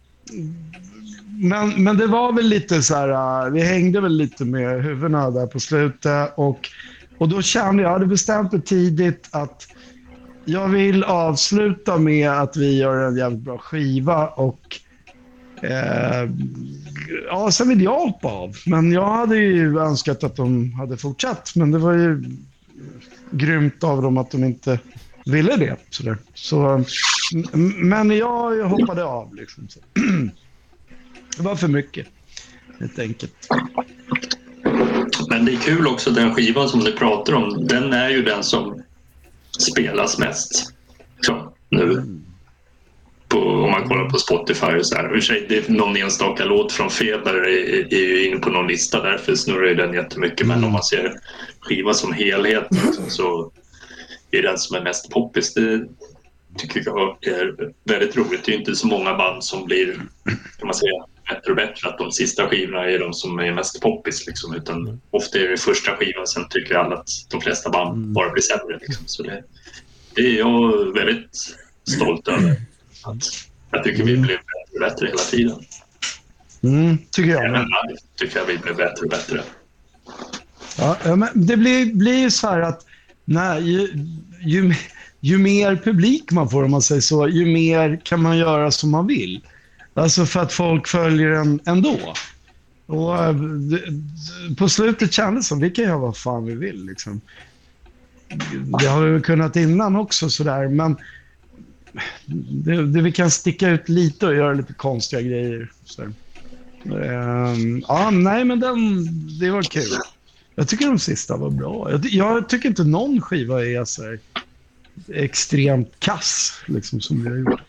men, men det var väl lite så här, vi hängde väl lite med huvudena där på slutet. Och, och då kände jag, jag hade bestämt det tidigt att jag vill avsluta med att vi gör en jävligt bra skiva och eh, ja, sen vill jag hoppa av. Men jag hade ju önskat att de hade fortsatt, men det var ju grymt av dem att de inte ville det. Sådär. Så, men jag hoppade av liksom. Så. Det var för mycket, helt enkelt. Men det är kul också, den skivan som du pratar om, den är ju den som spelas mest så, nu på, om man kollar på Spotify och så här. Det är någon enstaka låt från Feber är, är ju inne på någon lista, därför snurrar ju den jättemycket. Men om man ser skiva som helhet liksom, så är den som är mest poppis. Det tycker jag är väldigt roligt. Det är inte så många band som blir, kan man säga, bättre och bättre, att de sista skivorna är de som är mest poppis liksom, utan mm. ofta är det första skivan, sen tycker alla att de flesta band mm. bara blir sämre liksom. Så det, det är jag väldigt stolt över, att jag tycker vi blir bättre och bättre hela tiden. Mm, tycker jag. Även live tycker jag vi blir bättre och bättre. Ja, men det blir, blir ju så här att nej, ju, ju, ju mer publik man får, om man säger så, ju mer kan man göra som man vill. Alltså för att folk följer en ändå. Och på slutet kändes som vi kan göra vad fan vi vill liksom. Det har vi kunnat innan också sådär, men det, det vi kan sticka ut lite och göra lite konstiga grejer. Så. Um, ja, nej men den, det var kul. Jag tycker de sista var bra. Jag, jag tycker inte någon skiva är så här extremt kass liksom, som vi har gjort.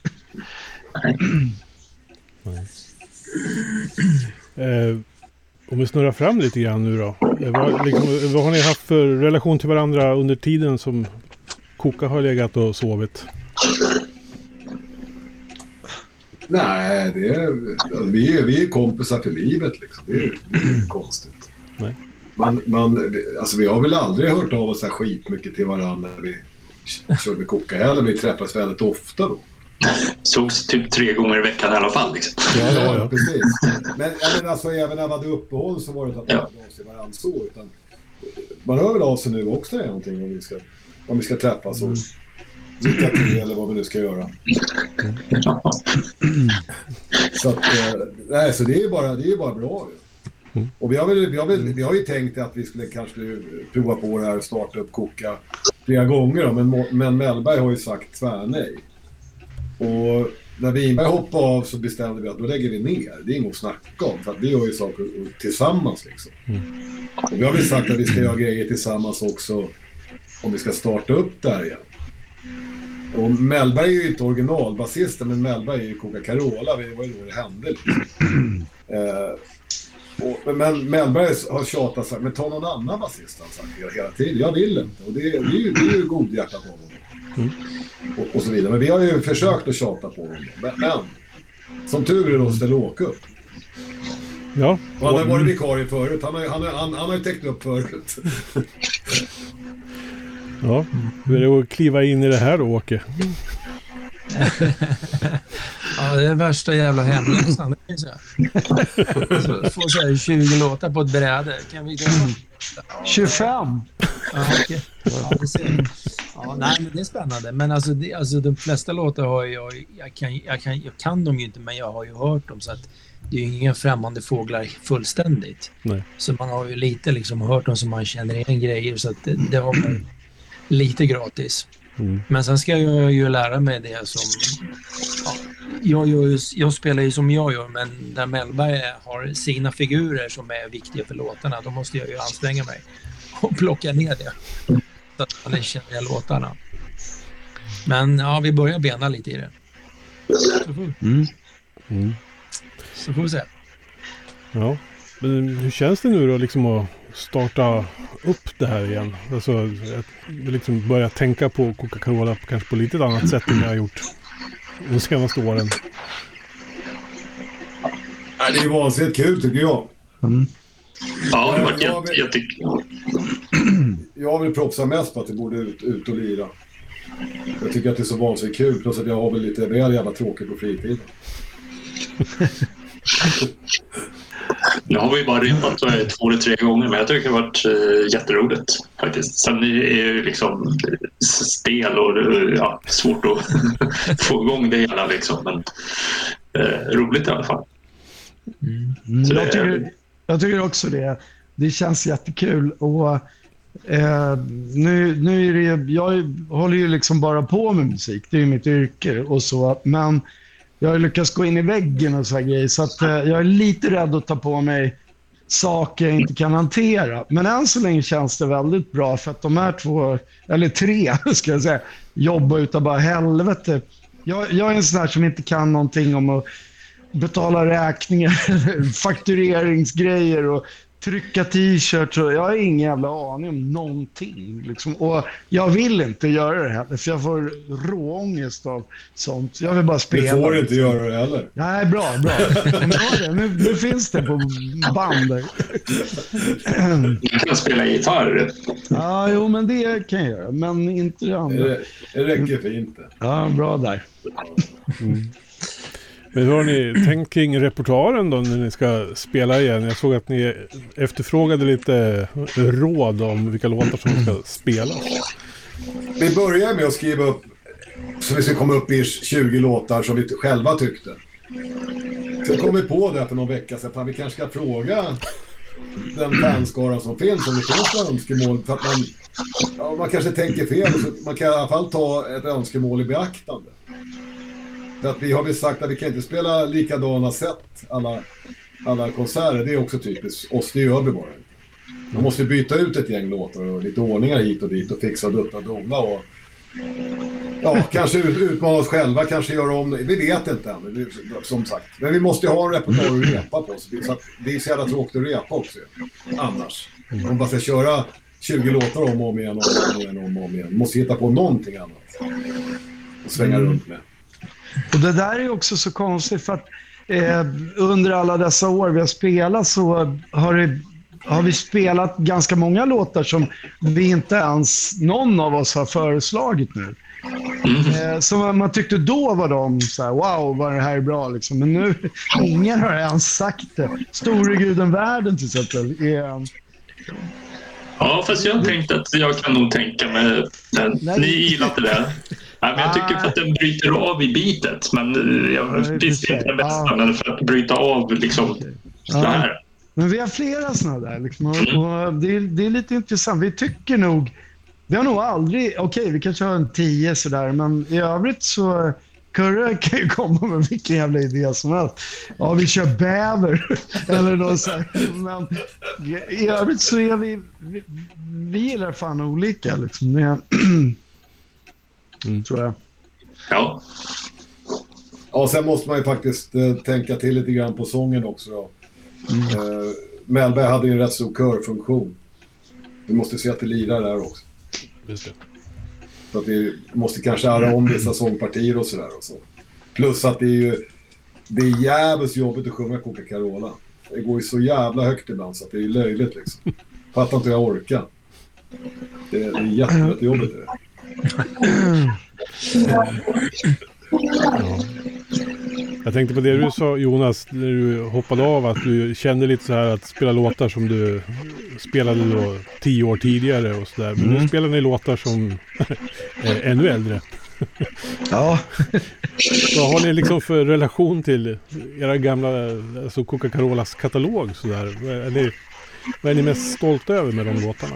Eh, om vi snurrar fram lite grann nu då. Eh, vad, liksom, vad har ni haft för relation till varandra under tiden som Koka har legat och sovit? Nej, det är, alltså, vi, är, vi är kompisar för livet liksom. Det är, det är konstigt. Nej. Man, man, alltså, vi har väl aldrig hört av oss så här skitmycket till varandra när vi körde Koka, eller vi träffas väldigt ofta då. Sågs typ tre gånger i veckan i alla fall liksom. Ja, ja, ja. Precis. Men jag menar, alltså, även när man hade uppehåll så var det att man hade av sig varandra så, utan man hör väl av sig nu också är någonting om vi ska, om vi ska träffas och lycka till eller vad vi nu ska göra. Så att, nej, så det är bara, det är bara bra. Mm. Och vi har, väl, vi, har väl, vi har ju tänkt att vi skulle kanske prova på det här och starta upp Koka flera gånger då, men, men Mellberg har ju sagt tvärnej. Och när Winberg hoppade av så bestämde vi att då lägger vi ner. Det är inget att snacka om, för att vi gör ju saker tillsammans liksom. Mm. Och vi har väl sagt att vi ska göra grejer tillsammans också om vi ska starta upp där igen. Och Mellberg är ju inte originalbasisten, men Mellberg är ju Koka Carola. Det var ju då det hände liksom. eh, och, men Mellberg har tjatat sagt, men ta någon annan basist han sagt hela, hela tiden. Jag vill inte. Och det, det är ju, det är ju godhjärtat på honom. Mm. Och, och så vidare. Men vi har ju försökt att tjata på honom. Men, men som tur är då ställer åka upp. Ja. Och han har varit vikarie förut. Han har, han, har, han, han har ju täckt upp förut. Ja, hur är det att kliva in i det här då, Åke? Ja, det är värsta jävla hemläxan. Får säga tjugo låtar på ett bräde. Kan vi tjugofem. Ja, okej. Ja, det ser. Ja, nej, men det är spännande. Men alltså, det, alltså de flesta låtar har jag, jag kan, jag kan, jag kan dem ju inte, men jag har ju hört dem, så att det är ju inga främmande fåglar fullständigt. Nej. Så man har ju lite liksom hört dem som man känner igen grejer, så att det, det har man lite gratis. Mm. Men sen ska jag ju lära mig det som... Ja, jag, jag, jag spelar ju som jag gör, men när Mellberg har sina figurer som är viktiga för låtarna, då måste jag ju anstränga mig och plocka ner det. Så att man känner igen låtarna. Men ja, vi börjar bena lite i det. Så får, Mm. Mm. så får vi se. Ja, men hur känns det nu då liksom att starta upp det här igen? Alltså att liksom börja tänka på Coca-Cola kanske på lite annat sätt än jag har gjort de senaste åren. Ja, det är vansinnigt kul tycker jag. Mm. Ja, det var Jag jätte, vill- jättekul. Jag vill propsa mest på att det borde ut, ut och lira. Jag tycker att det är så vansinnigt kul, plus att jag har väl lite väl jävla tråkigt på fritiden. Nu har vi bara repat två eller tre gånger, men jag tycker det har varit eh, jätteroligt faktiskt. Sen är det ju liksom spel och ja, svårt att få igång det hela liksom, men eh, roligt i alla fall. Mm, Så jag, det- tycker, jag tycker också det. Det känns jättekul. Och, eh, nu, nu är det, jag håller ju liksom bara på med musik. Det är ju mitt yrke och så. Men jag har lyckats gå in i väggen och så här grejer. Så att, eh, jag är lite rädd att ta på mig saker jag inte kan hantera. Men än så länge känns det väldigt bra, för att de här två, eller tre ska jag säga, jobbar utav bara helvete. Jag, jag är en sån här som inte kan någonting om att betala räkningar, faktureringsgrejer och trycka t-shirts. Och jag har ingen jävla aning om någonting. Liksom. Och jag vill inte göra det här, för jag får råångest av sånt. Jag vill bara Du spela. får inte göra det heller. Nej, bra, bra. Men det, nu, nu finns det på band där. Du kan spela gitarr. Ja, jo, men det kan jag göra. Men inte det andra. Det, det räcker fint. Ja, bra där. Mm. Men hur har ni tänkt kring repertoaren då när ni ska spela igen? Jag såg att ni efterfrågade lite råd om vilka låtar som ska spelas. Vi börjar med att skriva upp, så vi ska komma upp i tjugo låtar som vi själva tyckte. Sen kom vi på det för någon vecka sedan, att vi kanske ska fråga den fanskara som finns om det finns några önskemål. För att man, ja, man kanske tänker fel, så man kan i alla fall ta ett önskemål i beaktande. För att vi har väl sagt att vi kan inte spela likadana sätt alla, alla konserter. Det är också typiskt oss, det gör vi bara. Man måste byta ut ett gäng låtar och lite ordningar hit och dit och fixa och dutta och dona och ja, kanske ut, utmana oss själva, kanske göra om det. Vi vet inte än, som sagt. Men vi måste ju ha en repertoar att repa på. Så att det är så jävla tråkigt att repa också. Annars. Om man bara ska köra tjugo låtar om och om igen, om och om igen, om och om igen. Man måste hitta på någonting annat. Och svänga mm. runt med. Och det där är också så konstigt, för att eh, under alla dessa år vi har spelat så har, det, har vi spelat ganska många låtar som vi inte ens, någon av oss har föreslagit nu. Eh, så man tyckte då var de så här, wow, vad det här är bra liksom. Men nu, ingen har ens sagt det. Store guden världen till exempel är... Ja, fast jag tänkte att jag kan nog tänka mig, men Nej. ni gillar inte det. Nej, men jag tycker för att den bryter av i bitet, men jag Nej, visste inte det bästa, ja. men för att bryta av liksom Okej. det här. Men vi har flera sådana där. Liksom, och, och det, är, det är lite intressant. Vi tycker nog... Vi har nog aldrig... Okej, vi kanske har en tio sådär, men i övrigt så... Kurre kan ju komma med vilken jävla idé som helst. Ja, vi kör bäver. Eller något så här. Men i övrigt så är vi... Vi, vi gillar fan olika, liksom. Det, Mm. tror jag. Ja. Ja, sen måste man ju faktiskt eh, tänka till lite grann på sången också då. Mm. Eh, Mellberg hade ju en rätt stor körfunktion. Vi måste se att det lirar där också. Just det. Så att vi måste kanske ära om vissa sångpartier och sådär och så. Plus att det är ju det är jävligt jobbigt att sjunga Coca-Cola. Det går ju så jävla högt ibland så att det är löjligt liksom. Fattar inte hur jag orkar. Det, det är jättejobbigt det. Ja. Jag tänkte på det du sa, Jonas, när du hoppade av, att du kände lite så här att spela låtar som du spelade då tio år tidigare och sådär. Men Mm. nu spelar ni låtar som är ännu äldre. Ja. Vad har ni liksom för relation till era gamla, alltså Coca-Colas katalog sådär? Vad är ni, vad är ni mest stolta över med de låtarna?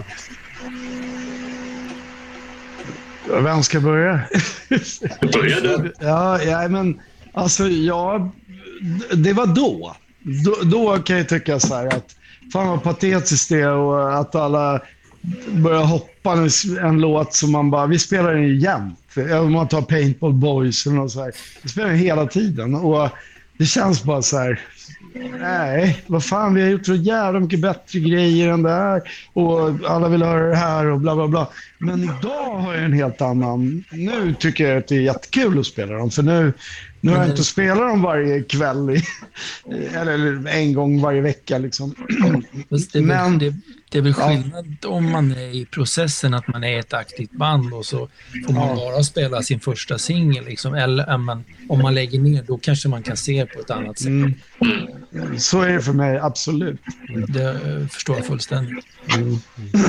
Vem ska börja? Börjar du? Ja, ja, men alltså ja, det var då. då. Då kan jag tycka så här att fan vad patetiskt det är och att alla börjar hoppa en låt som man bara, vi spelar den ju jämt. Om man tar Paintball Boys eller något så här. Vi spelar den hela tiden och det känns bara så här, nej, vad fan, vi har gjort så jävla mycket bättre grejer än det här och alla vill höra det här och bla bla bla. Men idag har jag en helt annan, nu tycker jag att det är jättekul att spela dem, för nu, nu har jag inte spelat dem varje kväll i, eller en gång varje vecka liksom. Det är, Men, väl, det, det är väl skillnad om man är i processen att man är ett aktivt band och så får man bara spela sin första singel liksom. Eller om man, om man lägger ner, då kanske man kan se på ett annat sätt. Mm. Så är det för mig, absolut. Det förstår jag fullständigt. Mm.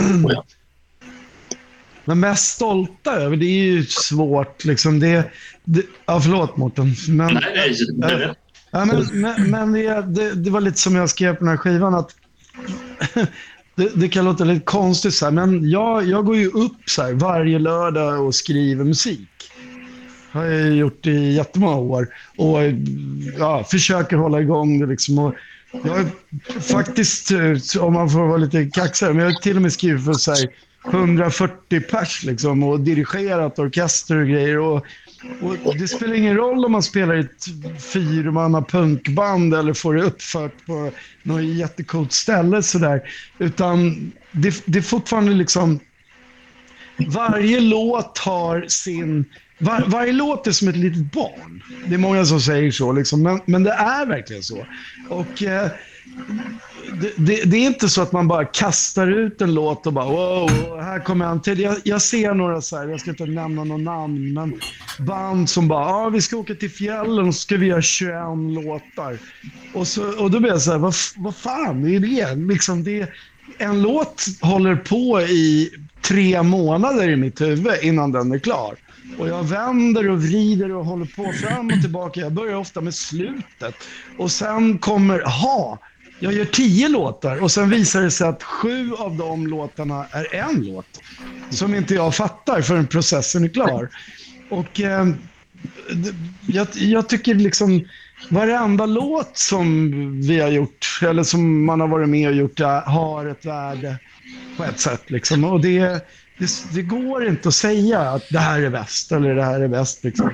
Men mest stolta över, det är ju svårt liksom. Det, det, ja, förlåt Mårten. Men, nej, nej, nej. Äh, ja, men, men, men det, det, det var lite som jag skrev på den här skivan att det, det kan låta lite konstigt så här, men jag, jag går ju upp så här varje lördag och skriver musik. Har jag gjort i jättemånga år och ja, försöker hålla igång det liksom. Och jag har faktiskt, om man får vara lite kaxigare, men jag har till och med skrivit för så här hundrafyrtio pers liksom och dirigerat orkester och grejer och, och det spelar ingen roll om man spelar i ett fyrmanna punkband eller får det uppfört på något jättecoolt ställe sådär, utan det, det är fortfarande liksom varje låt har sin var, varje låt är som ett litet barn. Det är många som säger så liksom, men, men det är verkligen så och eh, Det, det, det är inte så att man bara kastar ut en låt och bara wow, här kommer han till. Jag, jag ser några så här, jag ska inte nämna någon namn, men band som bara, ja ah, vi ska åka till fjällen och så ska vi göra tjugoett låtar. Och, så, och då blir jag så här, vad, vad fan är det? Liksom det? En låt håller på i tre månader i mitt huvud innan den är klar. Och jag vänder och vrider och håller på fram och tillbaka. Jag börjar ofta med slutet. Och sen kommer, ha jag gör tio låtar och sen visar det sig att sju av de låtarna är en låt som inte jag fattar förrän processen är klar. Och eh, jag, jag tycker liksom varenda låt som vi har gjort eller som man har varit med och gjort har ett värde på ett sätt liksom. Och det, det, det går inte att säga att det här är bäst eller det här är bäst liksom.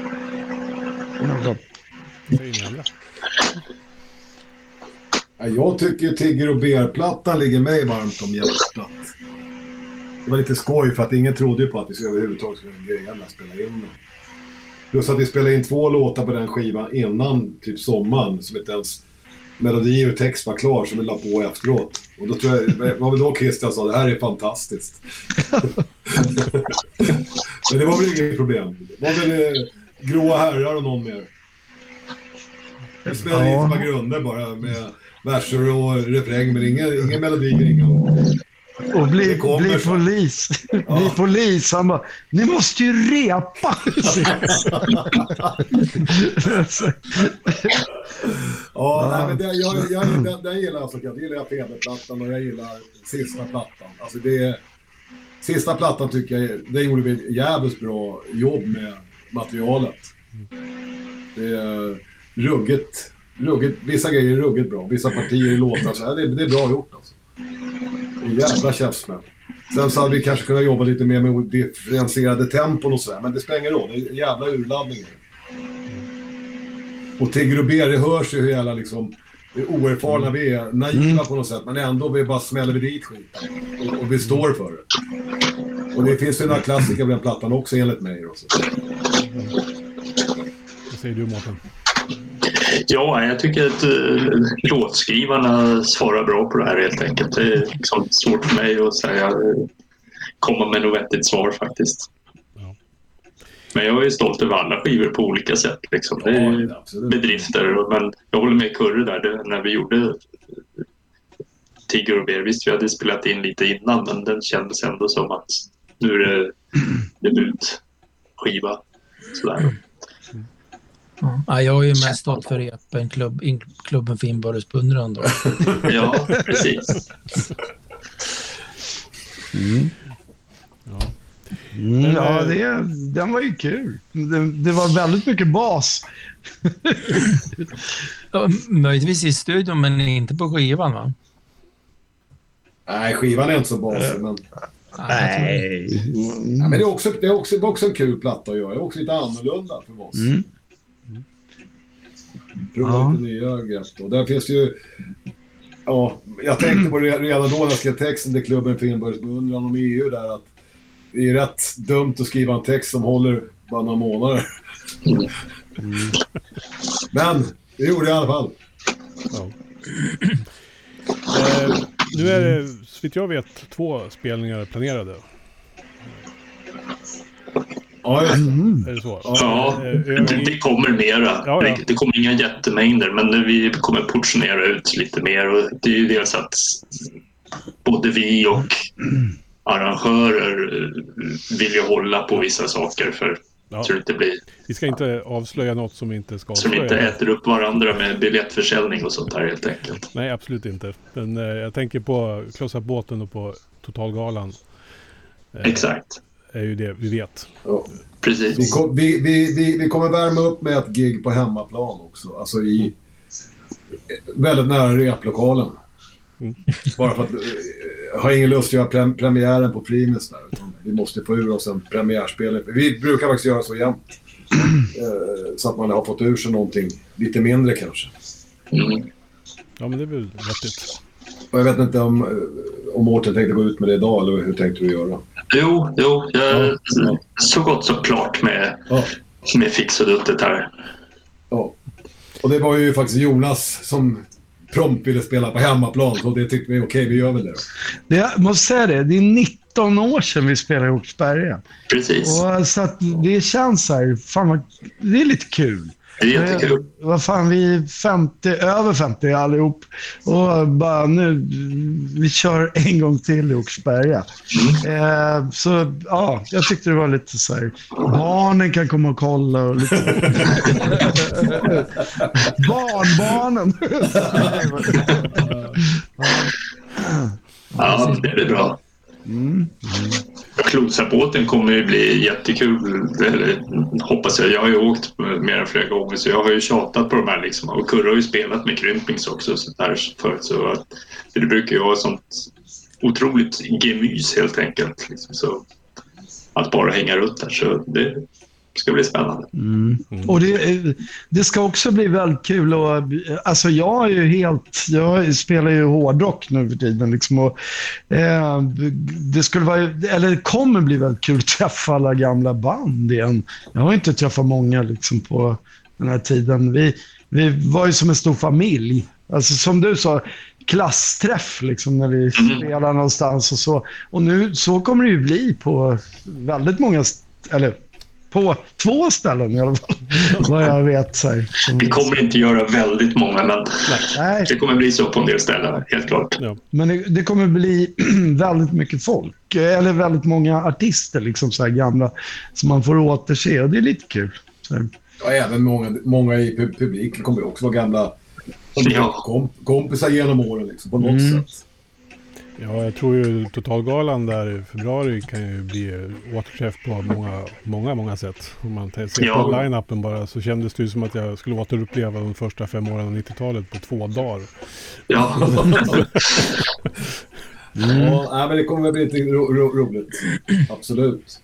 Jag tycker Tigger och Bear-plattan ligger mig varmt om hjärtat. Det var lite skoj för att ingen trodde på att vi skulle överhuvudtaget skulle greja med att spela in den. Plus att vi spelade in två låtar på den skivan innan typ sommaren som inte ens melodi och text var klar som vi la på efteråt. Och då tror jag, var väl då Christian sa, det här är fantastiskt. Men det var väl inget problem. Det var väl eh, Gråa herrar och någon mer. Vi spelade in på grunder bara med verser och refräng, men ingen, ingen melodi, inga. Och bli, bli polis. Ja. Bli polis. Han bara, ni måste ju repa. Ja, nej, men det, jag, jag, den, den gillar alltså, jag gillar Feberplattan och jag gillar sista plattan. Alltså det sista plattan tycker jag, det gjorde vi jävligt bra jobb med materialet. Det är ruggigt. Ruggigt, vissa grejer är ruggigt bra, vissa partier låtar så här, det, det är bra gjort alltså. En jävla käftsmäll. Sen så hade vi kanske kunnat jobba lite mer med differentierade tempon och så här, men det spelar ingen roll, det är en jävla urladdning. Och Tigger och Bear, det hörs ju hur jävla liksom det är oerfarna vi är, naiva på något sätt, men ändå vi bara smäller vi dit skiten och, och vi står för det. Och det finns ju några klassiker på den plattan också enligt mig också. Vad säger du, Mårten? Ja, jag tycker att uh, låtskrivarna svarar bra på det här helt enkelt. Det är liksom svårt för mig att säga, uh, komma med något vettigt svar faktiskt. Ja. Men jag är stolt över alla skivor på olika sätt. Liksom. Det är ja, bedrifter. Men jag håller med Kurre där. Det, när vi gjorde uh, Tigger och Bear, visst vi hade spelat in lite innan, men den kändes ändå som att nu är det debutskiva. Sådär. Ja, jag har ju mest stått för repen, klubb, in, klubben för inbördesbeundran då. Ja, precis. Mm. Ja. Mm, ja, det, den var ju kul. Det, det var väldigt mycket bas. Ja, möjligtvis i studion, men inte på skivan, va? Nej, skivan är inte så basig, men... Nej. Mm. Ja, men det är också, det är också, det är också en kul platta att göra. Det är också lite annorlunda för oss. Mm. Prova Ja. lite nya grepp. Och där finns ju... Ja, jag tänkte på det redan då när jag skrev texten till klubben för inbördesbeundran om E U där att det är rätt dumt att skriva en text som håller bara några månader. Mm. Men det gjorde jag i alla fall. Ja. eh, nu är det, så vitt jag vet, två spelningar planerade. Ja, just det. Mm. Är det så? Ja, Eh, det, över- det kommer mera. Ja, ja. Det, det kommer inga jättemängder, men vi kommer portionera ut lite mer. Och det är ju dels att både vi och arrangörer vill ju hålla på vissa saker för Ja. så det inte blir Vi ska inte avslöja något som inte ska så de avslöja. inte äter upp varandra med biljettförsäljning och sånt där helt enkelt. Nej, absolut inte. Men eh, jag tänker på Klossa båten och på Totalgalan. Eh, Exakt, är ju det vi vet. Ja. Vi, precis. kom, vi, vi, vi, vi kommer värma upp med ett gig på hemmaplan också. Alltså i väldigt nära replokalen. Mm. Bara för att eh, jag har ingen lust att göra prem, premiären på Primus där. Utan vi måste få ur oss en premiärspelning. Vi brukar faktiskt göra så jämt. Eh, så att man har fått ur sig någonting lite mindre kanske. Mm. Ja, men det är väl vettigt. Och jag vet inte om, eh, om Mårten tänkte gå ut med det idag eller hur tänkte du göra? Jo, jo, jag är Ja. så gott så klart med, Ja. med fix och duttet här. Ja. Och det var ju faktiskt Jonas som prompt ville spela på hemmaplan. Så det tyckte vi, okej, vi gör väl det då. Det, jag måste säga det, det är nitton år sedan vi spelade i Åkersberga. Precis, Och så att det känns så här, fan vad, det är lite kul. det är jättekul. Eh, Vad fan, vi är femtio, över femtio allihop. Och bara nu, vi kör en gång till i Åkersberga. Eh, så ja, jag tyckte det var lite så här, barnen kan komma och kolla och lite... Barnbarnen! Ja, det blir bra. Mm. Klosabåten kommer ju bli jättekul, eller, hoppas jag. Jag har ju åkt mer än flera gånger så jag har ju tjatat på de här liksom. Och Kurre har ju spelat med Krympings också så där förut, så att det brukar ju vara sånt otroligt gemys helt enkelt liksom. Så att bara hänga runt där, så det ska bli spännande. Mm. Och det, det ska också bli väldigt kul och, alltså jag är ju helt, jag spelar ju hårdrock nu för tiden liksom, och eh, det skulle vara, eller det kommer bli väldigt kul att träffa alla gamla band igen. Jag har inte träffat många liksom på den här tiden. Vi, vi var ju som en stor familj. Alltså som du sa, klassträff liksom när vi spelar någonstans och så. Och nu så kommer det ju bli på väldigt många, eller på två ställen i alla fall, vad jag vet. Så här, Vi kommer inte göra väldigt många, men Nej, det kommer bli så på en del ställen, helt klart. Ja. men det, det kommer bli väldigt mycket folk, eller väldigt många artister liksom så här gamla som man får återse, och det är lite kul. Så här. Ja, även många, många i pu- publiken kommer också vara gamla Ja. kom, kompisar genom åren liksom, på något Mm. sätt. Ja, jag tror ju Totalgalan där i februari kan ju bli återträff på många, många, många sätt. Om man t- ser på Ja. line-upen bara så kändes det ju som att jag skulle återuppleva de första fem åren av nittiotalet på två dagar. Ja. Ja, nej, men det kommer att bli lite ro- ro- roligt. Absolut.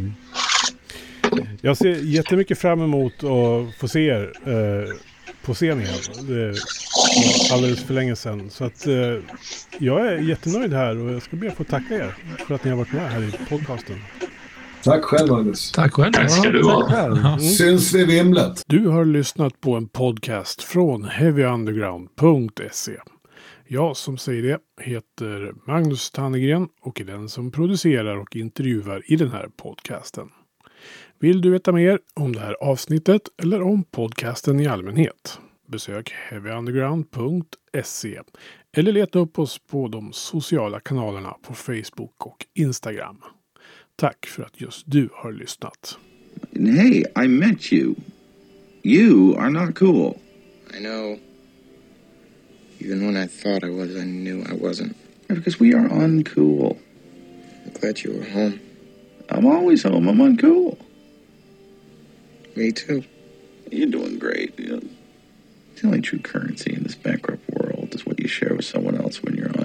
Jag ser jättemycket fram emot att få se er eh, på scen igen. Det var alldeles för länge sedan. Så att eh, jag är jättenöjd här och jag ska be att få tacka er för att ni har varit med här i podcasten. Tack själv, Magnus. Tack själv. Tack ska du Tack ha. själv. Syns vi i vimlet. Du har lyssnat på en podcast från heavy underground punkt se. Jag som säger det heter Magnus Tannegren och är den som producerar och intervjuar i den här podcasten. Vill du veta mer om det här avsnittet eller om podcasten i allmänhet? Besök heavy underground punkt se eller leta upp oss på de sociala kanalerna på Facebook och Instagram. Tack för att just du har lyssnat. And hey, I met you. You are not cool. I know. Even when I thought I was, I knew I wasn't. Because we are uncool. I'm glad you were home. I'm always home. I'm uncool. Me too. You're doing great. You know, the only true currency in this bankrupt world is what you share with someone else when you're